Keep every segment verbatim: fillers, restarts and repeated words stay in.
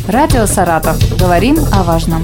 Радио «Саратов». Говорим о важном.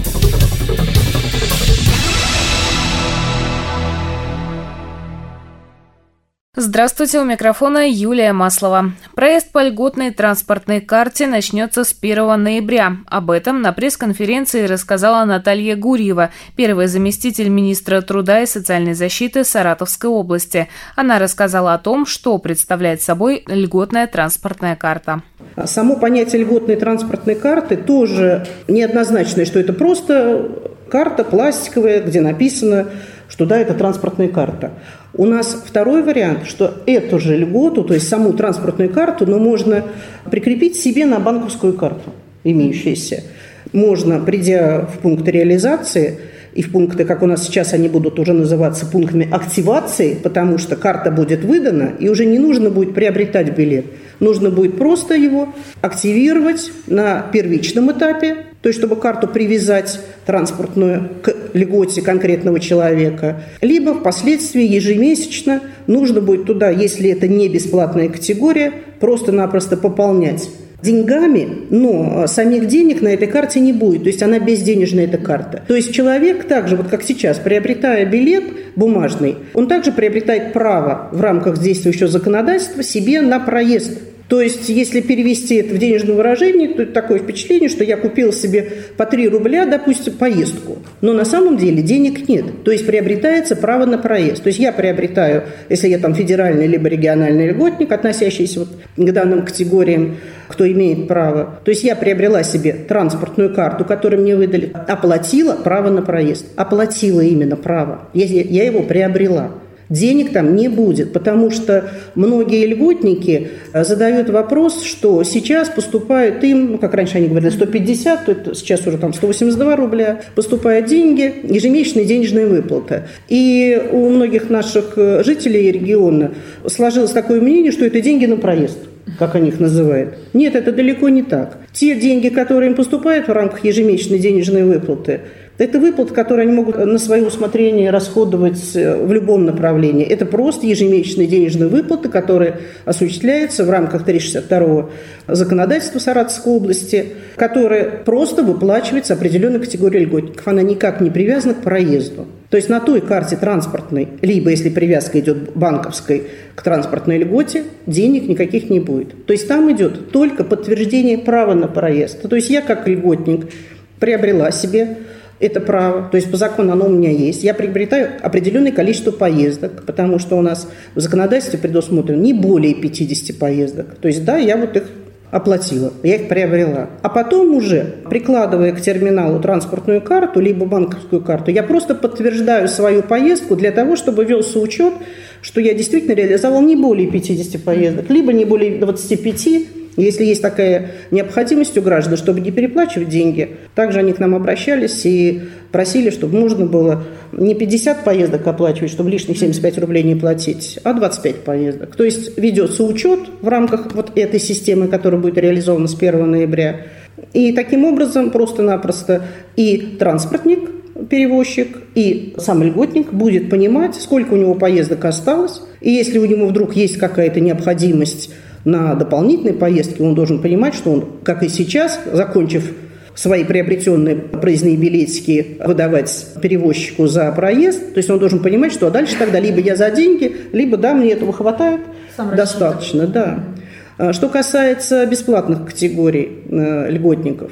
Здравствуйте, у микрофона Юлия Маслова. Проезд по льготной транспортной карте начнется с первого ноября. Об этом на пресс-конференции рассказала Наталья Гурьева, первый заместитель министра труда и социальной защиты Саратовской области. Она рассказала о том, что представляет собой льготная транспортная карта. Само понятие льготной транспортной карты тоже неоднозначное, что это просто карта пластиковая, где написано, что да, это транспортная карта. У нас второй вариант, что эту же льготу, то есть саму транспортную карту, но можно прикрепить себе на банковскую карту, имеющуюся. Можно, придя в пункт реализации, и в пункты, как у нас сейчас они будут уже называться пунктами активации, потому что карта будет выдана, и уже не нужно будет приобретать билет. Нужно будет просто его активировать на первичном этапе, то есть чтобы карту привязать транспортную к льготе конкретного человека, либо впоследствии ежемесячно нужно будет туда, если это не бесплатная категория, просто-напросто пополнять деньгами, но самих денег на этой карте не будет, то есть она безденежная, эта карта. То есть человек также, вот как сейчас, приобретая билет бумажный, он также приобретает право в рамках действующего законодательства себе на проезд. То есть, если перевести это в денежное выражение, то такое впечатление, что я купил себе по три рубля, допустим, поездку. Но на самом деле денег нет. То есть, приобретается право на проезд. То есть, я приобретаю, если я там федеральный либо региональный льготник, относящийся вот к данным категориям, кто имеет право. То есть, я приобрела себе транспортную карту, которую мне выдали, оплатила право на проезд. Оплатила именно право. Я, я его приобрела. Денег там не будет, потому что многие льготники задают вопрос, что сейчас поступают им, ну, как раньше они говорили, сто пятьдесят, то это сейчас уже там сто восемьдесят два рубля, поступают деньги, ежемесячные денежные выплаты. И у многих наших жителей региона сложилось такое мнение, что это деньги на проезд, как они их называют. Нет, это далеко не так. Те деньги, которые им поступают в рамках ежемесячной денежной выплаты, это выплаты, которые они могут на свое усмотрение расходовать в любом направлении. Это просто ежемесячные денежные выплаты, которые осуществляются в рамках триста шестьдесят второго законодательства Саратовской области, которые просто выплачиваются определенной категории льготников. Она никак не привязана к проезду. То есть на той карте транспортной, либо если привязка идет банковской к транспортной льготе, денег никаких не будет. То есть там идет только подтверждение права на проезд. То есть я как льготник приобрела себе это право, то есть по закону оно у меня есть. Я приобретаю определенное количество поездок, потому что у нас в законодательстве предусмотрено не более пятьдесят поездок. То есть да, я вот их оплатила, я их приобрела. А потом уже, прикладывая к терминалу транспортную карту, либо банковскую карту, я просто подтверждаю свою поездку для того, чтобы велся учет, что я действительно реализовал не более пятьдесят поездок, либо не более двадцати пяти. Если есть такая необходимость у граждан, чтобы не переплачивать деньги, также они к нам обращались и просили, чтобы можно было не пятьдесят поездок оплачивать, чтобы лишних семьдесят пять рублей не платить, а двадцать пять поездок. То есть ведется учет в рамках вот этой системы, которая будет реализована с первого ноября. И таким образом просто-напросто и транспортник, перевозчик, и сам льготник будет понимать, сколько у него поездок осталось. И если у него вдруг есть какая-то необходимость на дополнительной поездке, он должен понимать, что он, как и сейчас, закончив свои приобретенные проездные билетики выдавать перевозчику за проезд, то есть он должен понимать, что дальше тогда либо я за деньги, либо да, мне этого хватает Сам достаточно. Да. Что касается бесплатных категорий э, льготников,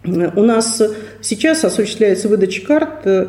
у нас сейчас осуществляется выдача карт,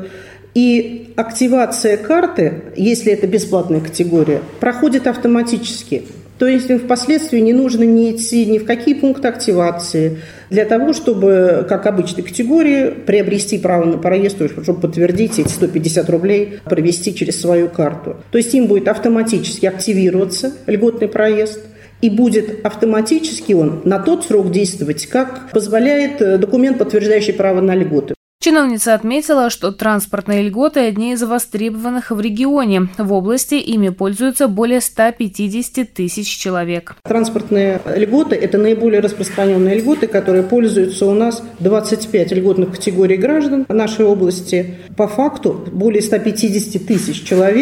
и активация карты, если это бесплатная категория, проходит автоматически. То есть впоследствии не нужно ни идти ни в какие пункты активации для того, чтобы, как обычной категории, приобрести право на проезд, то есть, чтобы подтвердить эти сто пятьдесят рублей, провести через свою карту. То есть им будет автоматически активироваться льготный проезд, и будет автоматически он на тот срок действовать, как позволяет документ, подтверждающий право на льготы. Чиновница отметила, что транспортные льготы – одни из востребованных в регионе. В области ими пользуются более ста пятидесяти тысяч человек. Транспортные льготы – это наиболее распространенные льготы, которые пользуются у нас двадцать пять льготных категорий граждан нашей области. По факту более ста пятидесяти тысяч человек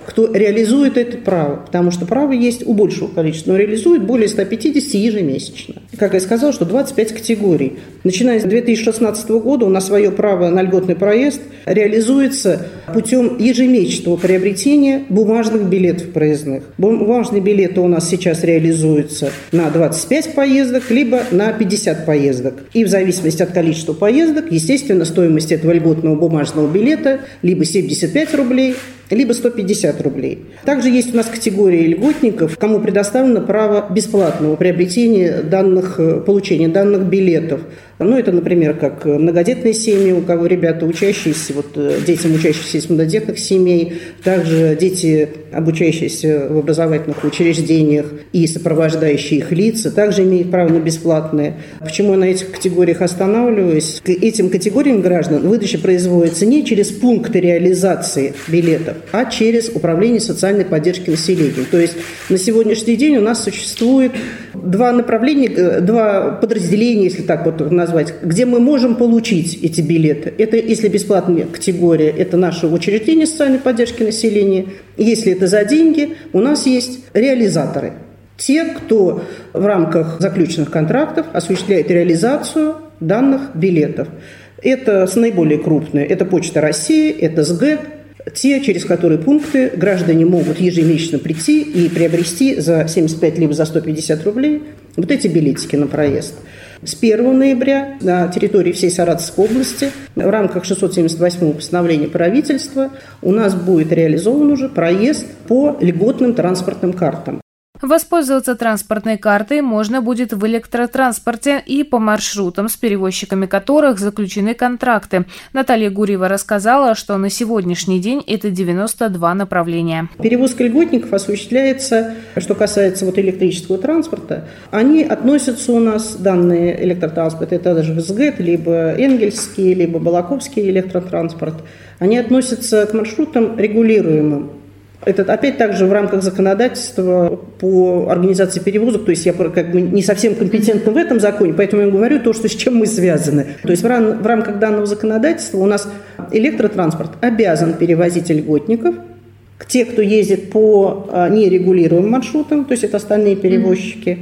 кто реализует это право, потому что право есть у большего количества, но реализует более ста пятидесяти ежемесячно. Как я сказала, что двадцать пять категорий. Начиная с две тысячи шестнадцатого года у нас свое право на льготный проезд реализуется путем ежемесячного приобретения бумажных билетов проездных. Бумажные билеты у нас сейчас реализуются на двадцать пять поездок, либо на пятьдесят поездок. И в зависимости от количества поездок, естественно, стоимость этого льготного бумажного билета либо семьдесят пять рублей, либо сто пятьдесят рублей. Также есть у нас категория льготников, кому предоставлено право бесплатного приобретения данных, получения данных билетов. Ну, это, например, как многодетные семьи, у кого ребята учащиеся, вот детям, учащимся из многодетных семей, также дети, обучающиеся в образовательных учреждениях и сопровождающие их лица, также имеют право на бесплатное. Почему я на этих категориях останавливаюсь? К этим категориям граждан выдача производится не через пункты реализации билетов, а через Управление социальной поддержки населения. То есть на сегодняшний день у нас существует два направления, два подразделения, если так вот назвать, где мы можем получить эти билеты. Это, если бесплатная категория, это наше учреждение социальной поддержки населения. Если это за деньги, у нас есть реализаторы. Те, кто в рамках заключенных контрактов осуществляет реализацию данных билетов. Это наиболее крупные. Это Почта России, это СГЭК. Те, через которые пункты граждане могут ежемесячно прийти и приобрести за семьдесят пять либо за сто пятьдесят рублей вот эти билетики на проезд. С первого ноября на территории всей Саратовской области в рамках шестьсот семьдесят восьмого постановления правительства у нас будет реализован уже проезд по льготным транспортным картам. Воспользоваться транспортной картой можно будет в электротранспорте и по маршрутам, с перевозчиками которых заключены контракты. Наталья Гурьева рассказала, что на сегодняшний день это девяносто два направления. Перевозка льготников осуществляется, что касается вот электрического транспорта, они относятся у нас, данные электротранспорта, это даже ВСГЭТ, либо Энгельский, либо Балаковский электротранспорт, они относятся к маршрутам регулируемым. Это опять также в рамках законодательства по организации перевозок, то есть я как бы не совсем компетентна в этом законе, поэтому я говорю то, что, с чем мы связаны. То есть в, рам- в рамках данного законодательства у нас электротранспорт обязан перевозить льготников, те, кто ездит по нерегулируемым маршрутам, то есть это остальные перевозчики,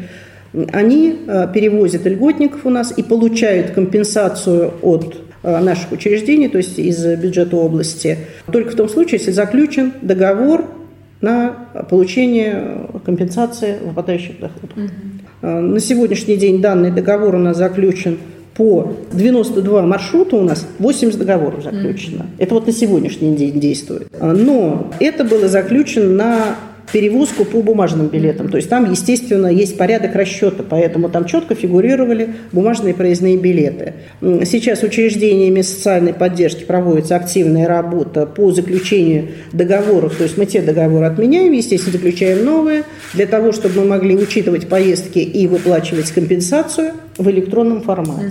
они перевозят льготников у нас и получают компенсацию от наших учреждений, то есть из бюджета области, только в том случае, если заключен договор на получение компенсации выпадающих доходов. Угу. На сегодняшний день данный договор у нас заключен по девяносто два маршрута, у нас восемьдесят договоров заключено. Угу. Это вот на сегодняшний день действует. Но это было заключено на перевозку по бумажным билетам. То есть там, естественно, есть порядок расчета, поэтому там четко фигурировали бумажные проездные билеты. Сейчас учреждениями социальной поддержки проводится активная работа по заключению договоров. То есть мы те договоры отменяем, естественно, заключаем новые, для того, чтобы мы могли учитывать поездки и выплачивать компенсацию в электронном формате.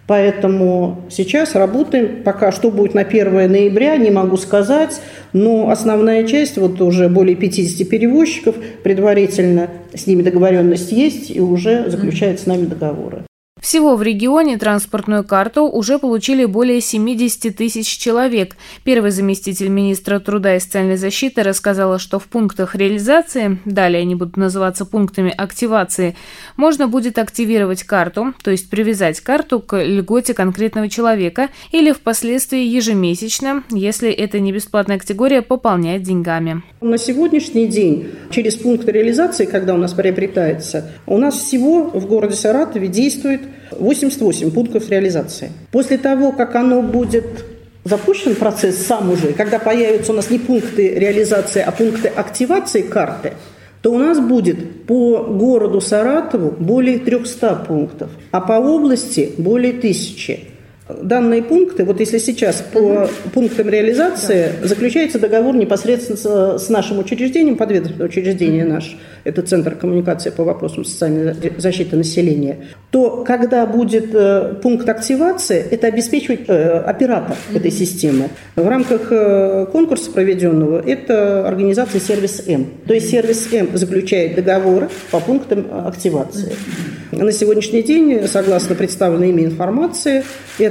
Поэтому сейчас работаем. Пока что будет на первое ноября, не могу сказать, но основная часть, вот уже более пятидесяти перевозчиков, предварительно с ними договоренность есть и уже заключают с нами договоры. Всего в регионе транспортную карту уже получили более семьдесят тысяч человек. Первый заместитель министра труда и социальной защиты рассказала, что в пунктах реализации, далее они будут называться пунктами активации, можно будет активировать карту, то есть привязать карту к льготе конкретного человека или впоследствии ежемесячно, если это не бесплатная категория, пополнять деньгами. На сегодняшний день через пункты реализации, когда у нас приобретается, у нас всего в городе Саратове действует восемьдесят восемь пунктов реализации. После того, как оно будет запущен процесс сам уже, когда появятся у нас не пункты реализации, а пункты активации карты, то у нас будет по городу Саратову более трехсот пунктов, а по области более тысячи. Данные пункты, вот если сейчас по угу. пунктам реализации да. заключается договор непосредственно с нашим учреждением, подведомственное учреждение наше, это Центр коммуникации по вопросам социальной защиты населения, то когда будет э, пункт активации, это обеспечивает э, оператор угу. этой системы. В рамках э, конкурса проведенного это организация «Сервис М». То есть «Сервис М» заключает договоры по пунктам активации. Угу. На сегодняшний день, согласно представленной ими информации, это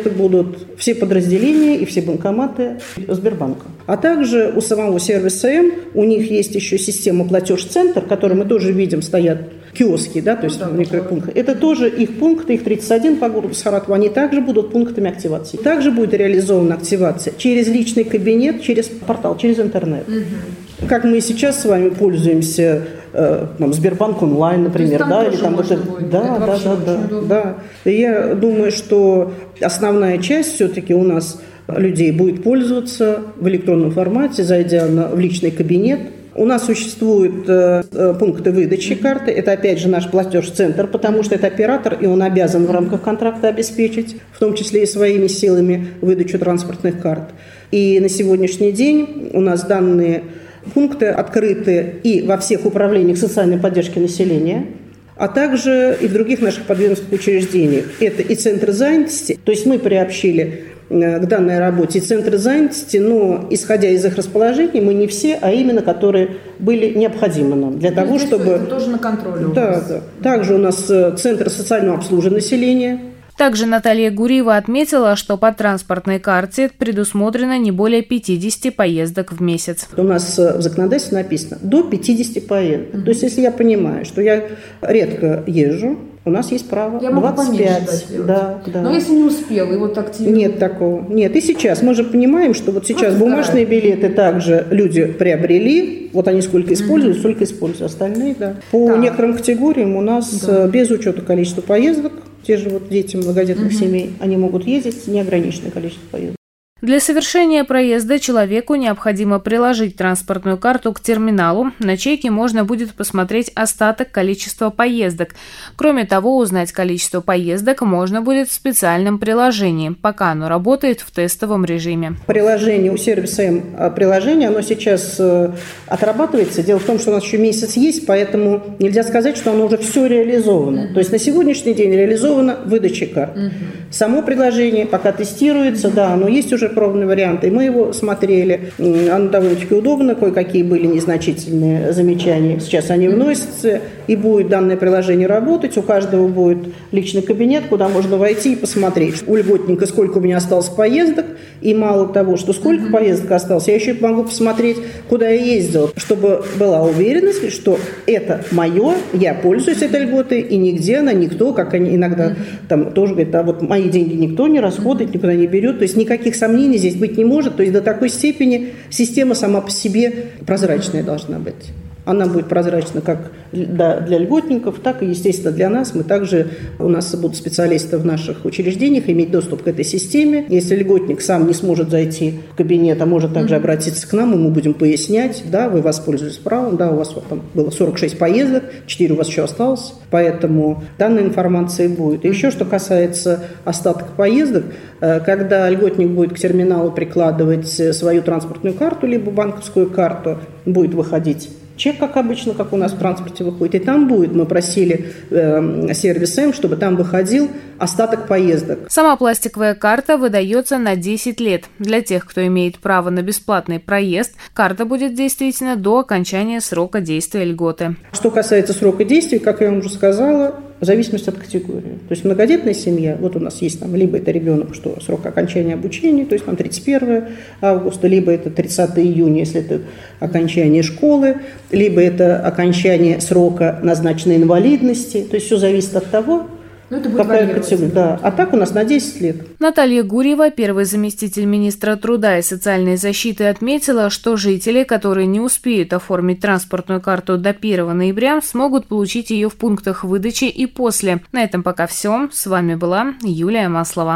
это будут все подразделения и все банкоматы Сбербанка. А также у самого сервиса М у них есть еще система платеж-центр, в которой мы тоже видим, стоят киоски, да, то есть ну, да, некоторые пункты. Это тоже их пункты, их тридцать один по городу Саратову, они также будут пунктами активации. Также будет реализована активация через личный кабинет, через портал, через интернет. Угу. Как мы сейчас с вами пользуемся э, там, Сбербанк онлайн, например, там да, или там вот это, да, это да, да, да, да. И я думаю, что основная часть все-таки у нас людей будет пользоваться в электронном формате, зайдя на, в личный кабинет. У нас существуют э, пункты выдачи карты. Это, опять же, наш платеж-центр, потому что это оператор, и он обязан в рамках контракта обеспечить, в том числе и своими силами, выдачу транспортных карт. И на сегодняшний день у нас данные пункты открыты и во всех управлениях социальной поддержки населения, а также и в других наших подведомственных учреждениях. Это и центр занятости, то есть мы приобщили к данной работе и центры занятости, но исходя из их расположений, мы не все, а именно которые были необходимы нам для того, чтобы... Это тоже на контроле у да, вас. Да. Также у нас центр социального обслуживания населения. Также Наталья Гурьева отметила, что по транспортной карте предусмотрено не более пятидесяти поездок в месяц. У нас в законодательстве написано до пятидесяти поездок. Mm-hmm. То есть, если я понимаю, что я редко езжу, у нас есть право я двадцать пять. Могу да, да. Но если не успел, и вот активно... Нет такого. Нет. И сейчас мы же понимаем, что вот сейчас вот бумажные билеты также люди приобрели. Вот они сколько используют, mm-hmm. столько используют. Остальные, да. По да. некоторым категориям у нас да. без учета количества поездок, те же вот дети многодетных mm-hmm. семей, они могут ездить неограниченное количество поездок. Для совершения проезда человеку необходимо приложить транспортную карту к терминалу. На чеке можно будет посмотреть остаток количества поездок. Кроме того, узнать количество поездок можно будет в специальном приложении, пока оно работает в тестовом режиме. Приложение у сервиса М, приложение, оно сейчас отрабатывается. Дело в том, что у нас еще месяц есть, поэтому нельзя сказать, что оно уже все реализовано. Mm-hmm. То есть на сегодняшний день реализована выдача карт. Mm-hmm. Само приложение пока тестируется, mm-hmm. да, оно есть уже пробные варианты, и мы его смотрели. Оно довольно-таки удобно, кое-какие были незначительные замечания. Сейчас они вносятся, и будет данное приложение работать. У каждого будет личный кабинет, куда можно войти и посмотреть. У льготника сколько у меня осталось поездок, и мало того, что сколько mm-hmm. поездок осталось, я еще могу посмотреть, куда я ездила, чтобы была уверенность, что это мое, я пользуюсь этой льготой, и нигде она, никто, как они иногда mm-hmm. там тоже говорят, а вот мои деньги никто не расходует, никуда не берет. То есть никаких сомнений здесь быть не может. То есть до такой степени система сама по себе прозрачная должна быть. Она будет прозрачна как для льготников, так и, естественно, для нас. Мы также, у нас будут специалисты в наших учреждениях иметь доступ к этой системе. Если льготник сам не сможет зайти в кабинет, а может также mm-hmm. обратиться к нам, и мы будем пояснять, да, вы воспользуетесь правом, да, у вас вот там было сорок шесть поездок, четыре у вас еще осталось, поэтому данная информация будет. И еще, что касается остатка поездок, когда льготник будет к терминалу прикладывать свою транспортную карту, либо банковскую карту, будет выходить чек, как обычно, как у нас в транспорте выходит, и там будет, мы просили э, сервис М, чтобы там выходил остаток поездок. Сама пластиковая карта выдается на десять лет. Для тех, кто имеет право на бесплатный проезд, карта будет действительно до окончания срока действия льготы. Что касается срока действия, как я вам уже сказала, в зависимости от категории. То есть многодетная семья, вот у нас есть там, либо это ребенок, что срок окончания обучения, то есть там тридцать первого августа, либо это тридцатого июня, если это окончание школы, либо это окончание срока назначенной инвалидности. То есть все зависит от того, Ну, это будет какая категория. Да. А так у нас на десять лет. Наталья Гурьева, первый заместитель министра труда и социальной защиты, отметила, что жители, которые не успеют оформить транспортную карту до первого ноября, смогут получить ее в пунктах выдачи и после. На этом пока все. С вами была Юлия Маслова.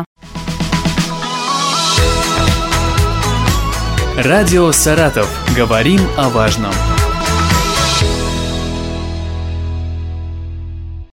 Радио «Саратов». Говорим о важном.